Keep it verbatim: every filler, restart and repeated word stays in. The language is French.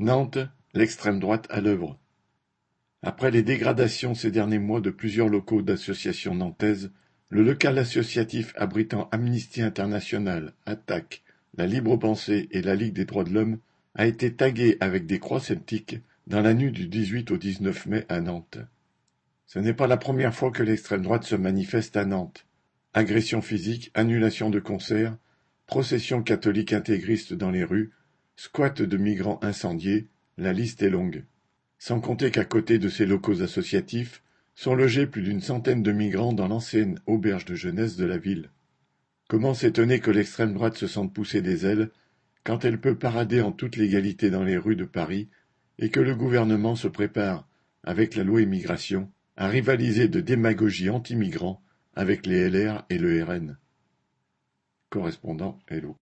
Nantes, l'extrême droite à l'œuvre. Après les dégradations ces derniers mois de plusieurs locaux d'associations nantaises, le local associatif abritant Amnesty International, Attac, La Libre Pensée et la Ligue des droits de l'homme a été tagué avec des croix celtiques dans la nuit du dix-huit au dix-neuf mai à Nantes. Ce n'est pas la première fois que l'extrême droite se manifeste à Nantes. Agressions physiques, annulation de concerts, processions catholiques intégristes dans les rues, squats de migrants incendiés, la liste est longue. Sans compter qu'à côté de ces locaux associatifs, sont logés plus d'une centaine de migrants dans l'ancienne auberge de jeunesse de la ville. Comment s'étonner que l'extrême droite se sente pousser des ailes quand elle peut parader en toute légalité dans les rues de Paris et que le gouvernement se prépare, avec la loi immigration, à rivaliser de démagogie anti-migrants avec les L R et le R N. Correspondant Hello.